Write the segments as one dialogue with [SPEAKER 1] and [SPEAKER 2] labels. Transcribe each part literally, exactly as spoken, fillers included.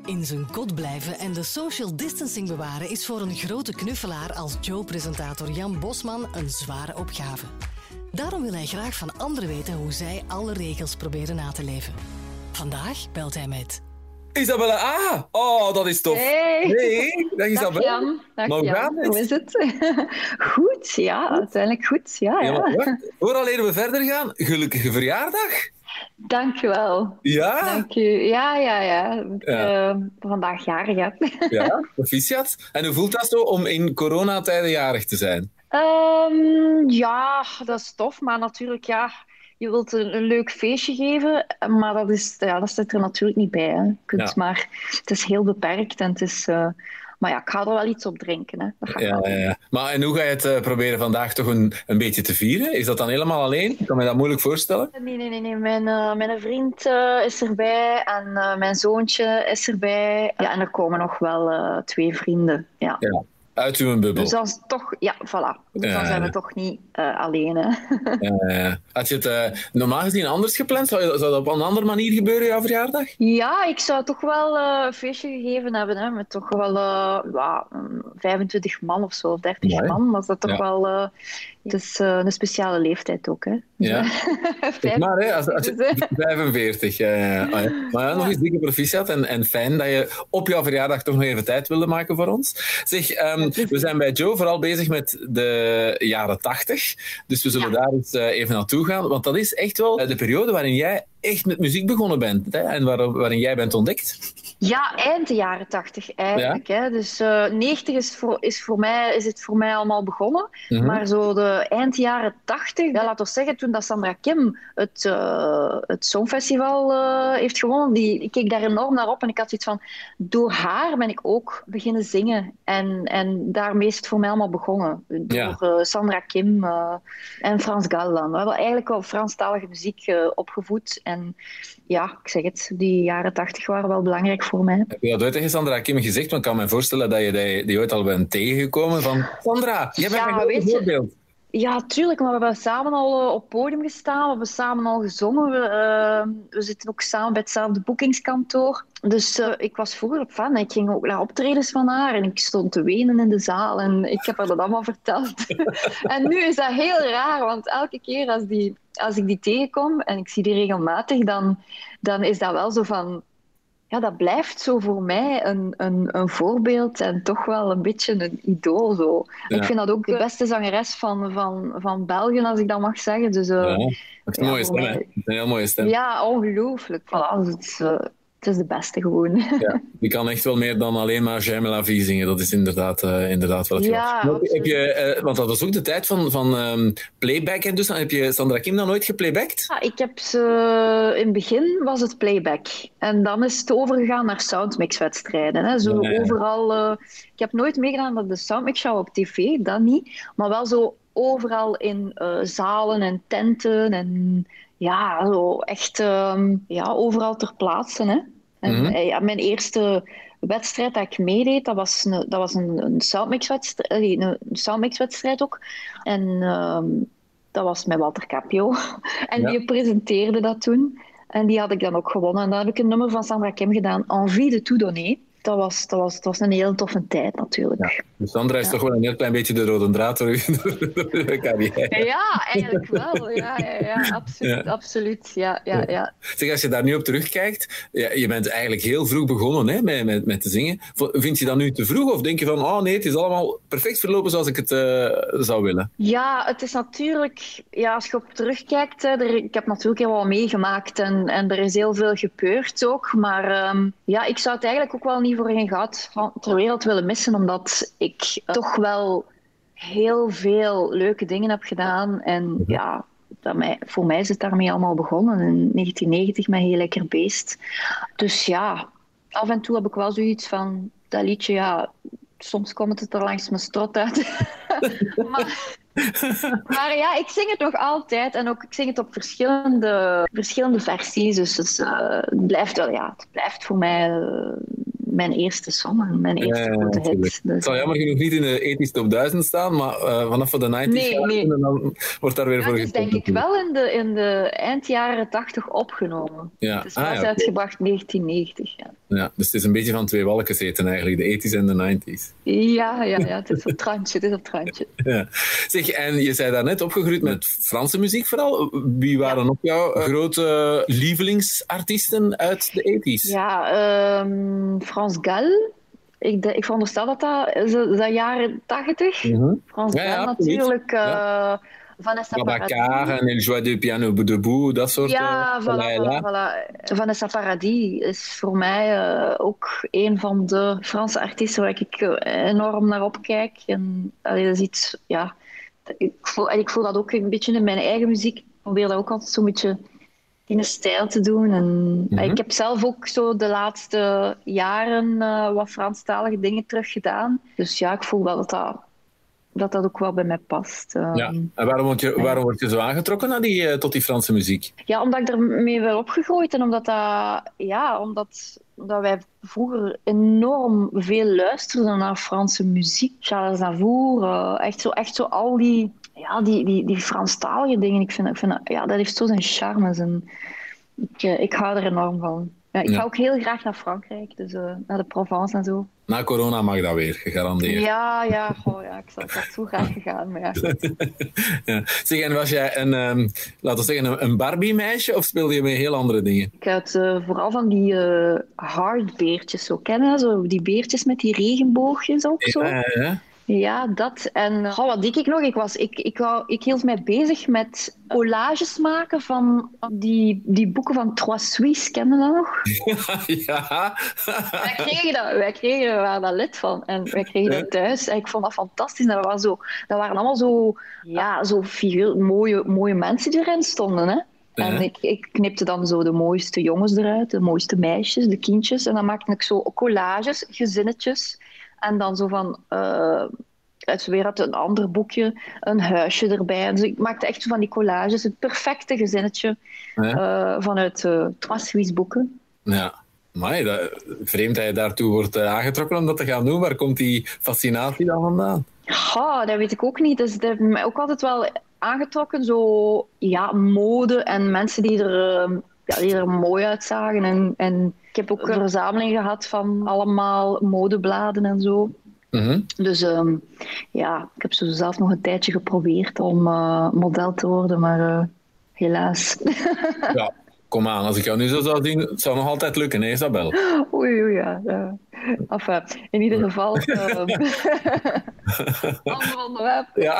[SPEAKER 1] In zijn kot blijven en de social distancing bewaren is voor een grote knuffelaar als Joe-presentator Jan Bosman een zware opgave. Daarom wil hij graag van anderen weten hoe zij alle regels proberen na te leven. Vandaag belt hij met...
[SPEAKER 2] Isabelle, ah! Oh, dat is tof.
[SPEAKER 3] Hey.
[SPEAKER 2] Hey, dag Isabelle.
[SPEAKER 3] Dag Jan. Dag
[SPEAKER 2] Maar hoe
[SPEAKER 3] Jan.
[SPEAKER 2] gaat het?
[SPEAKER 3] Hoe is het? Goed, ja. Uiteindelijk goed. Ja,
[SPEAKER 2] Ja,
[SPEAKER 3] ja.
[SPEAKER 2] maar wacht. Vooraleer we verder gaan, gelukkige verjaardag.
[SPEAKER 3] Dank je wel.
[SPEAKER 2] Ja?
[SPEAKER 3] Dank u. Ja, ja, ja.
[SPEAKER 2] Ja.
[SPEAKER 3] Uh, vandaag jarig, hè.
[SPEAKER 2] Ja, proficiat. En hoe voelt dat zo om in coronatijden jarig te zijn?
[SPEAKER 3] Um, ja, dat is tof. Maar natuurlijk, ja... Je wilt een, een leuk feestje geven, maar dat, is, ja, dat zit er natuurlijk niet bij. Hè. Je kunt
[SPEAKER 2] Ja.
[SPEAKER 3] maar, het is heel beperkt. En het is, uh, maar ja, ik ga er wel iets op drinken. Hè. Dat ga ik
[SPEAKER 2] Ja,
[SPEAKER 3] wel
[SPEAKER 2] ja,
[SPEAKER 3] doen.
[SPEAKER 2] ja. Maar en hoe ga je het uh, proberen vandaag toch een, een beetje te vieren? Is dat dan helemaal alleen? Ik kan me dat moeilijk voorstellen.
[SPEAKER 3] Nee, nee, nee. nee. Mijn, uh, mijn vriend uh, is erbij en uh, mijn zoontje is erbij. Ja, en er komen nog wel uh, twee vrienden. Ja.
[SPEAKER 2] Ja. Uit uw bubbel.
[SPEAKER 3] Dus dan is toch, ja, voilà. Dus
[SPEAKER 2] Ja,
[SPEAKER 3] dan zijn we
[SPEAKER 2] ja.
[SPEAKER 3] toch niet uh, alleen. Hè.
[SPEAKER 2] Ja, ja. Had je het uh, normaal gezien anders gepland? Zou, je, zou dat op een andere manier gebeuren, jouw verjaardag?
[SPEAKER 3] Ja, ik zou toch wel uh, een feestje gegeven hebben. Hè, met toch wel uh, ja, vijfentwintig man of zo, of dertig
[SPEAKER 2] Amai.
[SPEAKER 3] man. Was dat toch
[SPEAKER 2] Ja.
[SPEAKER 3] wel... Uh, het is uh, een speciale leeftijd ook. Hè.
[SPEAKER 2] Ja.
[SPEAKER 3] Vijf-
[SPEAKER 2] Maar hè, als, als je, vijfenveertig. Ja, ja. Ah, ja. Maar ja, nog eens dikke proficiat en, en fijn dat je op jouw verjaardag toch nog even tijd wilde maken voor ons. Zeg, um, we zijn bij Joe vooral bezig met de jaren tachtig. Dus we zullen
[SPEAKER 3] Ja.
[SPEAKER 2] daar eens uh, even naartoe gaan. Want dat is echt wel de periode waarin jij echt met muziek begonnen bent. Hè? En waar, waarin jij bent ontdekt.
[SPEAKER 3] Ja, eind de jaren tachtig eigenlijk. Hè. Dus uh, negentig is, voor, is, voor mij, is het voor mij allemaal begonnen.
[SPEAKER 2] Mhm.
[SPEAKER 3] Maar zo de eind jaren tachtig, ja, laten we zeggen, toen dat Sandra Kim het, uh, het Songfestival uh, heeft gewonnen, die, ik keek daar enorm naar op en ik had zoiets van, door haar ben ik ook beginnen zingen. En, en daarmee is het voor mij allemaal begonnen. Door
[SPEAKER 2] Ja.
[SPEAKER 3] uh, Sandra Kim uh, en Frans Galdan. We hebben eigenlijk al Franstalige muziek uh, opgevoed. En ja, ik zeg het, die jaren tachtig waren wel belangrijk voor mij.
[SPEAKER 2] Heb je dat ooit tegen Sandra Kim gezegd? Want ik kan me voorstellen dat je die, die ooit al bent tegengekomen. Van, Sandra, jij bent
[SPEAKER 3] Ja,
[SPEAKER 2] een groot
[SPEAKER 3] weet je-
[SPEAKER 2] voorbeeld.
[SPEAKER 3] Ja, tuurlijk, maar we hebben samen al uh, op het podium gestaan, we hebben samen al gezongen. We, uh, we zitten ook samen bij hetzelfde boekingskantoor. Dus uh, ik was vroeger op fan en ik ging ook naar optredens van haar en ik stond te wenen in de zaal en ik heb haar dat allemaal verteld. En nu is dat heel raar, want elke keer als, die, als ik die tegenkom en ik zie die regelmatig, dan, dan is dat wel zo van... Ja, dat blijft zo voor mij een, een, een voorbeeld en toch wel een beetje een idool. Zo.
[SPEAKER 2] Ja.
[SPEAKER 3] Ik vind dat ook de beste zangeres van, van, van België, als ik dat mag zeggen. Dus, uh,
[SPEAKER 2] Ja,
[SPEAKER 3] ja,
[SPEAKER 2] dat is een mooie
[SPEAKER 3] voor
[SPEAKER 2] stem, hè?
[SPEAKER 3] mij-
[SPEAKER 2] Dat is een heel mooie stem.
[SPEAKER 3] ongelooflijk. Voilà, dus het, is, uh, het is de beste gewoon.
[SPEAKER 2] Ja, die kan echt wel meer dan alleen maar J'aime la vie zingen. Dat is inderdaad, uh, inderdaad wel het
[SPEAKER 3] Ja,
[SPEAKER 2] geval.
[SPEAKER 3] absoluut.
[SPEAKER 2] Heb je, uh, want dat was ook de tijd van, van um, playback. En dus heb je Sandra Kim dan nooit geplaybacked?
[SPEAKER 3] Ja, ik heb ze, in het begin was het playback. En dan is het overgegaan naar soundmixwedstrijden. Hè. Zo
[SPEAKER 2] Ja, ja.
[SPEAKER 3] overal... Uh, ik heb nooit meegedaan met de soundmixshow op tv, dat niet. Maar wel zo overal in uh, zalen en tenten en... Ja, zo echt um, ja, overal ter plaatse. Hè. En,
[SPEAKER 2] Mhm.
[SPEAKER 3] ja, mijn eerste wedstrijd dat ik meedeed, dat was een, dat was een, een soundmixwedstrijd, een, een soundmixwedstrijd ook. En um, dat was met Walter Capio. En
[SPEAKER 2] Ja.
[SPEAKER 3] die presenteerde dat toen. En die had ik dan ook gewonnen. En dan heb ik een nummer van Sandra Kim gedaan, Envie de tout donner. Dat was, dat, was, dat was een heel toffe tijd natuurlijk.
[SPEAKER 2] Ja. Dus Sandra is
[SPEAKER 3] Ja.
[SPEAKER 2] toch wel een heel klein beetje de rode draad door de carrière.
[SPEAKER 3] Ja, eigenlijk wel. Ja, ja, ja, absoluut.
[SPEAKER 2] Ja.
[SPEAKER 3] absoluut. Ja, ja, ja.
[SPEAKER 2] Zeg, als je daar nu op terugkijkt, ja, je bent eigenlijk heel vroeg begonnen hè, met, met, met te zingen. Vind je dat nu te vroeg of denk je van, oh nee, het is allemaal perfect verlopen zoals ik het uh, zou willen?
[SPEAKER 3] Ja, het is natuurlijk... Ja, als je op terugkijkt, hè, er, ik heb natuurlijk heel wat meegemaakt en, en er is heel veel gebeurd ook. Maar um, ja, ik zou het eigenlijk ook wel niet voor geen goud van ter wereld willen missen, omdat ik uh, toch wel heel veel leuke dingen heb gedaan. En ja, dat mij, voor mij is het daarmee allemaal begonnen in negentien negentig met Heel Lekker Beest. Dus ja, af en toe heb ik wel zoiets van, dat liedje, ja, soms komt het er langs mijn strot uit. maar, maar ja, ik zing het nog altijd en ook ik zing het op verschillende, verschillende versies. Dus het, uh, het blijft wel, ja, het blijft voor mij uh, mijn eerste song, mijn eerste
[SPEAKER 2] Ja,
[SPEAKER 3] grote
[SPEAKER 2] natuurlijk.
[SPEAKER 3] hit. Dus,
[SPEAKER 2] Het zal jammer genoeg niet in de ethisch top duizend staan, maar uh, vanaf de negentig
[SPEAKER 3] Nee, nee.
[SPEAKER 2] en dan wordt daar weer
[SPEAKER 3] ja,
[SPEAKER 2] voor
[SPEAKER 3] het is denk ik wel in de, in de eind jaren tachtig opgenomen.
[SPEAKER 2] Ja.
[SPEAKER 3] Het is
[SPEAKER 2] Ah,
[SPEAKER 3] pas
[SPEAKER 2] ja, oké.
[SPEAKER 3] uitgebracht in negentien negentig. Ja.
[SPEAKER 2] Ja, dus het is een beetje van twee walken zitten eigenlijk, de eighties en de nineties.
[SPEAKER 3] Ja, ja, ja, het is op het randje, het is op het randje.
[SPEAKER 2] Ja. Zeg, en je zei daarnet opgegroeid met Franse muziek vooral. Wie waren ja. nog jouw uh, grote lievelingsartiesten uit de eighties?
[SPEAKER 3] Ja, um, Frans Gal. Ik, de, ik veronderstel dat dat, is dat jaren tachtig. Mm-hmm. Frans Gal ja, ja, natuurlijk. Uh, ja. Vanessa Paradis.
[SPEAKER 2] en El Joie de Piano Debout, dat soort...
[SPEAKER 3] Ja, uh, voilà, voilà, voilà. Vanessa Paradis is voor mij uh, ook een van de Franse artiesten waar ik uh, enorm naar opkijk. En allee, dat is iets... Ja, ik, voel, en ik voel dat ook een beetje in mijn eigen muziek. Ik probeer dat ook altijd zo'n beetje in een stijl te doen. En, mm-hmm. Ik heb zelf ook zo de laatste jaren uh, wat Franstalige dingen teruggedaan. Dus ja, ik voel wel dat dat... dat dat ook wel bij mij past. Um,
[SPEAKER 2] ja. En waarom word, je, waarom word je zo aangetrokken naar die, uh, tot die Franse muziek?
[SPEAKER 3] Ja, omdat ik ermee ben opgegroeid en omdat, dat, ja, omdat, omdat wij vroeger enorm veel luisterden naar Franse muziek. Charles Aznavour, uh, echt, zo, echt zo al die, ja, die, die, die Franstalige dingen. Ik vind, ik vind, ja, dat heeft zo zijn charmes en ik, uh, ik hou er enorm van. Ja, ik ja. ga ook heel graag naar Frankrijk, dus uh, naar de Provence en zo.
[SPEAKER 2] Na corona mag dat weer, gegarandeerd.
[SPEAKER 3] Ja, ja, goh, ja ik zou het zo graag gegaan, maar ja.
[SPEAKER 2] ja. Zeg, en was jij een, um, laten we zeggen, een Barbie-meisje of speelde je met heel andere dingen?
[SPEAKER 3] Ik had uh, vooral van die uh, hardbeertjes zo kennen, zo die beertjes met die regenboogjes ook zo.
[SPEAKER 2] Ja, ja.
[SPEAKER 3] Ja, dat. En oh, wat deed ik nog? Ik, was, ik, ik, wou, ik hield mij bezig met collages maken van die, die boeken van Trois Suisses. Ken je dat nog?
[SPEAKER 2] Ja.
[SPEAKER 3] Wij kregen dat, wij kregen er waren daar lid van. En wij kregen dat thuis. En ik vond dat fantastisch. Dat, was zo, dat waren allemaal zo, ja, zo figuur, mooie, mooie mensen die erin stonden. Hè? En uh-huh. ik, ik knipte dan zo de mooiste jongens eruit, de mooiste meisjes, de kindjes. En dan maakte ik zo collages, gezinnetjes. En dan zo van, uh, uit weer had een ander boekje, een huisje erbij. Dus ik maakte echt zo van die collages, het perfecte gezinnetje ja. uh, vanuit uh, Trois Suisses boeken.
[SPEAKER 2] Ja, maar dat, vreemd dat je daartoe wordt uh, aangetrokken om dat te gaan doen. Waar komt die fascinatie dan vandaan?
[SPEAKER 3] Ja, dat weet ik ook niet. Dus dat heeft mij ook altijd wel aangetrokken, zo ja, mode en mensen die er... Uh, Ja, die er mooi uitzagen. En, en ik heb ook een verzameling gehad van allemaal modebladen en zo. Mm-hmm. Dus um, ja, ik heb zo zelf nog een tijdje geprobeerd om uh, model te worden, maar uh, helaas.
[SPEAKER 2] Ja, kom aan. Als ik jou nu zo zou zien, het zou nog altijd lukken, hè, Isabel?
[SPEAKER 3] Oei, oei, ja. ja. Enfin, in ieder geval... Uh, ander onderwerp.
[SPEAKER 2] Ja.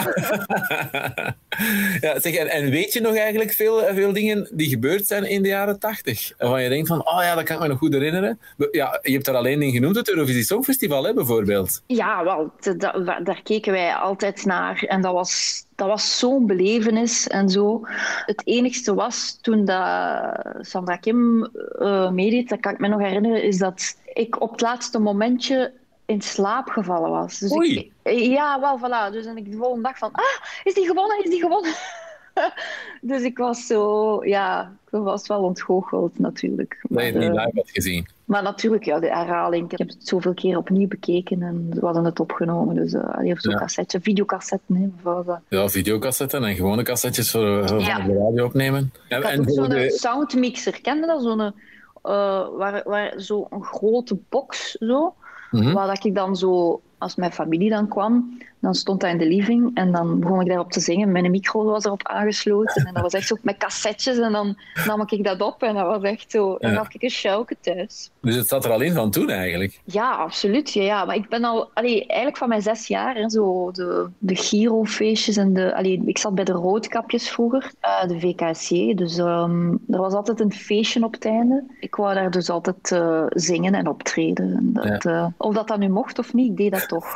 [SPEAKER 2] Ja, zeg, en, en weet je nog eigenlijk veel, veel dingen die gebeurd zijn in de jaren tachtig? Waarvan je denkt van, oh ja, dat kan ik me nog goed herinneren. Ja, je hebt er alleen in genoemd, het Eurovisie Songfestival, hè, bijvoorbeeld.
[SPEAKER 3] Ja, wel, te, da, daar keken wij altijd naar. En dat was... Dat was zo'n belevenis en zo. Het enigste was, toen dat Sandra Kim uh, meedeed, dat kan ik me nog herinneren, is dat ik op het laatste momentje in slaap gevallen was. Dus
[SPEAKER 2] Oei.
[SPEAKER 3] Ik, ja, wel, voilà. Dus en ik de volgende dag van, ah, is die gewonnen, is die gewonnen? Dus ik was zo, ja, ik was wel ontgoocheld natuurlijk.
[SPEAKER 2] Dat je het niet live had gezien.
[SPEAKER 3] Maar natuurlijk, ja, de herhaling. Ik heb het zoveel keer opnieuw bekeken en we hadden het opgenomen. Dus uh, die heeft zo'n ja. cassetje, videocassetten. Hè,
[SPEAKER 2] ja, videocassetten en gewone cassettes voor, voor
[SPEAKER 3] ja.
[SPEAKER 2] de radio opnemen.
[SPEAKER 3] En, ik had
[SPEAKER 2] en
[SPEAKER 3] ook zo'n
[SPEAKER 2] de...
[SPEAKER 3] soundmixer, kende dat? Zo'n, uh, waar, waar, zo'n grote box, zo. Mm-hmm. Waar dat ik dan zo, als mijn familie dan kwam, dan stond hij in de living en dan begon ik daarop te zingen. Mijn micro was erop aangesloten en dat was echt zo met cassettes en dan nam ik dat op en dat was echt zo, dan ja. had ik een sjouwke thuis.
[SPEAKER 2] Dus het zat er al in van toen eigenlijk?
[SPEAKER 3] Ja, absoluut. Ja, ja. Maar ik ben al, allee, eigenlijk van mijn zes jaar, hè, zo de, de Giro-feestjes en de, allee, ik zat bij de Roodkapjes vroeger, uh, de V K S J, dus um, er was altijd een feestje op het einde. Ik wou daar dus altijd uh, zingen en optreden. En dat, ja. uh, of dat dat nu mocht of niet, ik deed dat toch.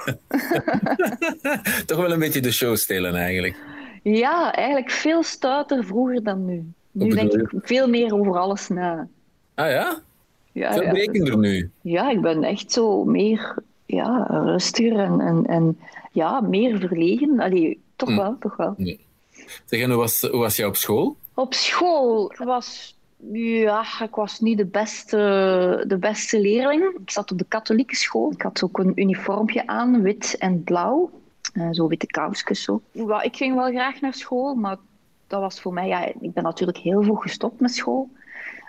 [SPEAKER 2] Toch wel een beetje de show stelen eigenlijk.
[SPEAKER 3] Ja, eigenlijk veel stouter vroeger dan nu. Nu denk ik veel meer over alles na.
[SPEAKER 2] Ah ja?
[SPEAKER 3] Ja,
[SPEAKER 2] veel
[SPEAKER 3] ja.
[SPEAKER 2] brekender nu?
[SPEAKER 3] Ja, ik ben echt zo meer ja, rustiger en, en, en ja, meer verlegen. Allee, toch hm. wel, toch wel.
[SPEAKER 2] Nee. Zeg, en hoe was, hoe was jij op school?
[SPEAKER 3] Op school was... Ja, ik was niet de beste, de beste leerling. Ik zat op de katholieke school. Ik had ook een uniformpje aan, wit en blauw. Uh, zo witte kousjes. Zo. Ja, ik ging wel graag naar school, maar dat was voor mij... Ja, ik ben natuurlijk heel vroeg gestopt met school.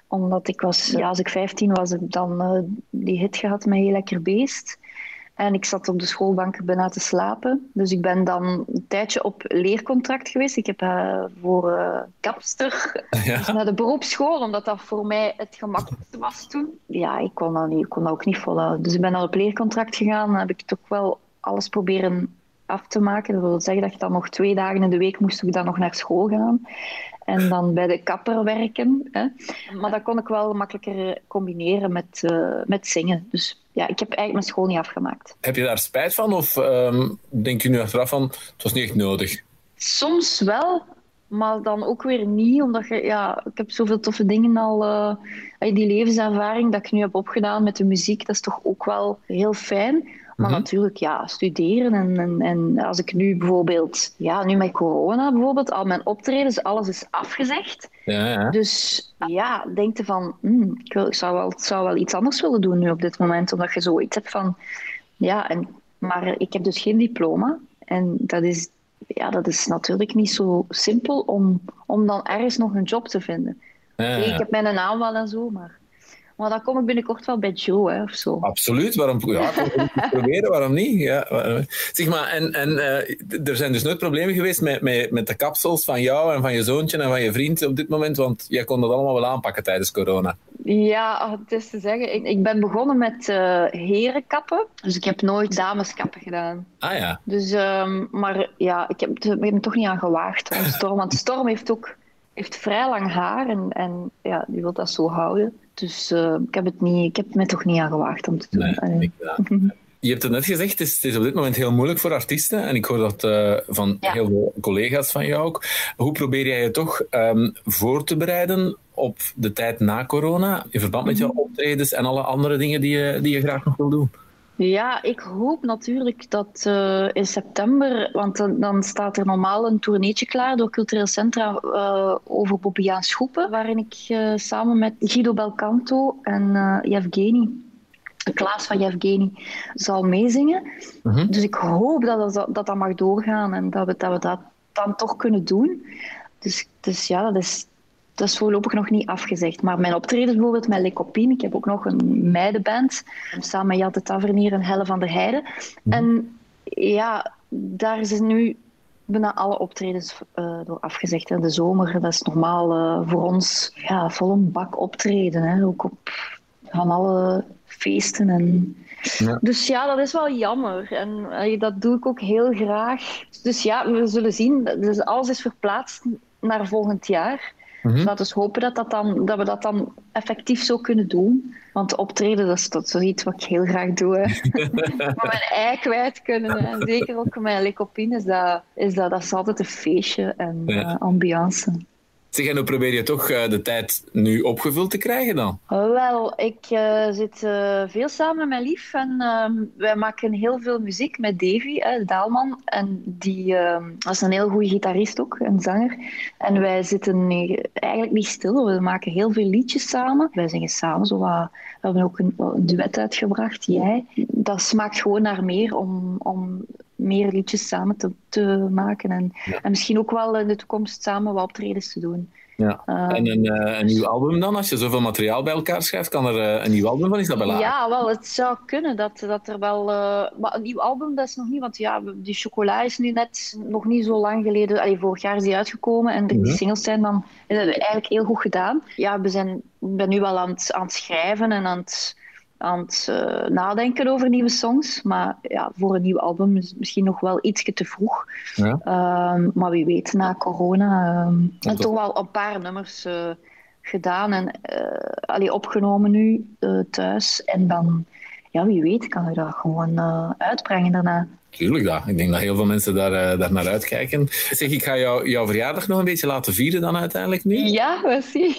[SPEAKER 3] Omdat ik was, ja, als ik vijftien was, heb ik dan uh, die hit gehad met Heel Lekker Beest. En ik zat op de schoolbank bijna te slapen. Dus ik ben dan een tijdje op leercontract geweest. Ik heb uh, voor uh, kapster
[SPEAKER 2] Ja.
[SPEAKER 3] dus naar de beroepsschool, omdat dat voor mij het gemakkelijkste was toen. Ja, ik kon dat, niet, ik kon dat ook niet volhouden. Dus ik ben dan op leercontract gegaan. Dan heb ik toch wel alles proberen af te maken. Dat wil zeggen dat je dan nog twee dagen in de week moest ik dan nog naar school gaan. En dan bij de kapper werken. Hè. Maar dat kon ik wel makkelijker combineren met, uh, met zingen. Dus ja, ik heb eigenlijk mijn school niet afgemaakt.
[SPEAKER 2] Heb je daar spijt van? Of um, denk je nu achteraf van, het was niet echt nodig?
[SPEAKER 3] Soms wel, maar dan ook weer niet. Omdat je, ja, ik heb zoveel toffe dingen al... Uh, die levenservaring dat ik nu heb opgedaan met de muziek, dat is toch ook wel heel fijn. Maar mm-hmm. natuurlijk, ja, studeren. En, en, en als ik nu bijvoorbeeld... Ja, nu met corona bijvoorbeeld, al mijn optredens, alles is afgezegd.
[SPEAKER 2] Ja, ja.
[SPEAKER 3] Dus ja, denk je van... Hmm, ik, wil, ik zou, wel, zou wel iets anders willen doen nu op dit moment. Omdat je zoiets hebt van... Ja, en, maar ik heb dus geen diploma. En dat is, ja, dat is natuurlijk niet zo simpel om, om dan ergens nog een job te vinden. Ja, ja. Okay, ik heb mijn naam wel en zo, maar... Maar dan kom ik binnenkort wel bij Joe, hè, of zo.
[SPEAKER 2] Absoluut, waarom ja, proberen, waarom niet? Ja, zeg maar, en, en uh, er zijn dus nooit problemen geweest met, met, met de kapsels van jou en van je zoontje en van je vriend op dit moment, want jij kon dat allemaal wel aanpakken tijdens corona.
[SPEAKER 3] Ja, het is te zeggen, ik, ik ben begonnen met uh, herenkappen, dus ik heb nooit dameskappen gedaan.
[SPEAKER 2] Ah ja.
[SPEAKER 3] Dus, um, maar ja, ik heb, ik heb er toch niet aan gewaagd, want Storm, want Storm heeft ook heeft vrij lang haar en, en ja, die wil dat zo houden. Dus uh, ik, heb het niet, ik heb me toch niet aan gewaagd om te doen.
[SPEAKER 2] Nee, ik, ja. Je hebt het net gezegd, het is, het is op dit moment heel moeilijk voor artiesten. En ik hoor dat uh, van ja. heel veel collega's van jou ook. Hoe probeer jij je toch um, voor te bereiden op de tijd na corona? In verband met jouw optredens en alle andere dingen die je, die je graag nog wil doen?
[SPEAKER 3] Ja, ik hoop natuurlijk dat uh, in september, want dan, dan staat er normaal een tourneetje klaar door Cultureel Centra uh, over Bobbejaan Schoepen, waarin ik uh, samen met Guido Belcanto en uh, Yevgeny, Klaas van Yevgeny, zal meezingen. Mm-hmm. Dus ik hoop dat dat, dat dat mag doorgaan en dat we dat, we dat dan toch kunnen doen. Dus, dus ja, dat is... Dat is voorlopig nog niet afgezegd. Maar mijn optredens bijvoorbeeld met Le Copine, ik heb ook nog een meidenband, samen met Jan de Tavernier en Helle van der Heijden. Mm. En ja, daar zijn nu bijna alle optredens uh, door afgezegd. In de zomer, dat is normaal uh, voor ons ja, vol een bak optreden. Hè. Ook op van alle feesten. En... Ja. Dus ja, dat is wel jammer. En uh, dat doe ik ook heel graag. Dus ja, we zullen zien. Dus alles is verplaatst naar volgend jaar. Mm-hmm. Dus laten we hopen dat, dat, dan, dat we dat dan effectief zo kunnen doen. Want optreden, dat is, dat is iets wat ik heel graag doe. Maar mijn ei kwijt kunnen. Hè. Zeker ook met Le Copine is dat, is dat, dat is altijd een feestje en ja. uh, ambiance.
[SPEAKER 2] Zeg, en hoe probeer je toch uh, de tijd nu opgevuld te krijgen dan?
[SPEAKER 3] Wel, ik uh, zit uh, veel samen met mijn lief en uh, wij maken heel veel muziek met Davy, hè, de Daalman. En die uh, dat is een heel goede gitarist ook, een zanger. En wij zitten eigenlijk niet stil, we maken heel veel liedjes samen. Wij zingen samen, zo wat, we hebben ook een, een duet uitgebracht, jij. Dat smaakt gewoon naar meer om... om meer liedjes samen te, te maken en, ja. en misschien ook wel in de toekomst samen wat optredens te doen.
[SPEAKER 2] Ja. Uh, en een, uh, een nieuw album dan? Als je zoveel materiaal bij elkaar schrijft, kan er uh, een nieuw album van? Is dat wel?
[SPEAKER 3] Ja, wel, het zou kunnen dat, dat er wel... Uh, maar een nieuw album, dat is nog niet, want ja, die Chocola is nu net nog niet zo lang geleden... Allee, vorig jaar is die uitgekomen en mm-hmm. die singles zijn dan eigenlijk heel goed gedaan. Ja, we zijn, ik ben nu wel aan het, aan het schrijven en aan het... aan het uh, nadenken over nieuwe songs. Maar ja, voor een nieuw album is het misschien nog wel ietsje te vroeg. Ja. Um, maar wie weet, na corona... Um, en toch wel een paar nummers uh, gedaan en uh, allee, opgenomen nu uh, thuis. En dan, ja, wie weet, kan ik dat gewoon uh, uitbrengen daarna.
[SPEAKER 2] Tuurlijk, dat. Ik denk dat heel veel mensen daar, uh, daar naar uitkijken. Zeg, ik ga jou, jouw verjaardag nog een beetje laten vieren dan uiteindelijk nu.
[SPEAKER 3] Ja, merci.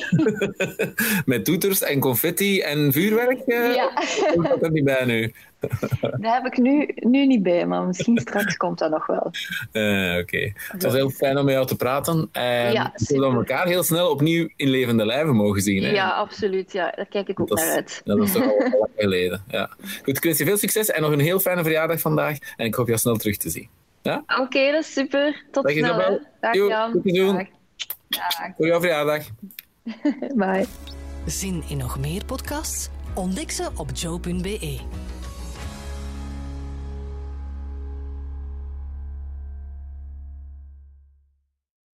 [SPEAKER 2] Met toeters en confetti en vuurwerk? Uh, ja. Of dat er niet bij nu?
[SPEAKER 3] Dat heb ik nu, nu niet bij, maar misschien straks komt dat nog wel.
[SPEAKER 2] Uh, Oké. Okay. Het was heel fijn om met jou te praten. En ja, we zullen elkaar heel snel opnieuw in levende lijven mogen zien. Hè?
[SPEAKER 3] Ja, absoluut. Ja, daar kijk ik ook
[SPEAKER 2] dat
[SPEAKER 3] naar
[SPEAKER 2] is,
[SPEAKER 3] uit.
[SPEAKER 2] Dat is toch al lang geleden. Ja. Goed, ik wens je veel succes en nog een heel fijne verjaardag vandaag. En ik hoop jou snel terug te zien. Ja?
[SPEAKER 3] Oké, okay, dat is super. Tot
[SPEAKER 2] Dag
[SPEAKER 3] snel.
[SPEAKER 2] Isabel.
[SPEAKER 3] Dag
[SPEAKER 2] Jo,
[SPEAKER 3] Jan.
[SPEAKER 2] goed te doen.
[SPEAKER 3] Dag. Dag.
[SPEAKER 2] Voor jouw verjaardag.
[SPEAKER 3] Bye.
[SPEAKER 1] Zin in nog meer podcasts? Ontdek ze op joe punt be.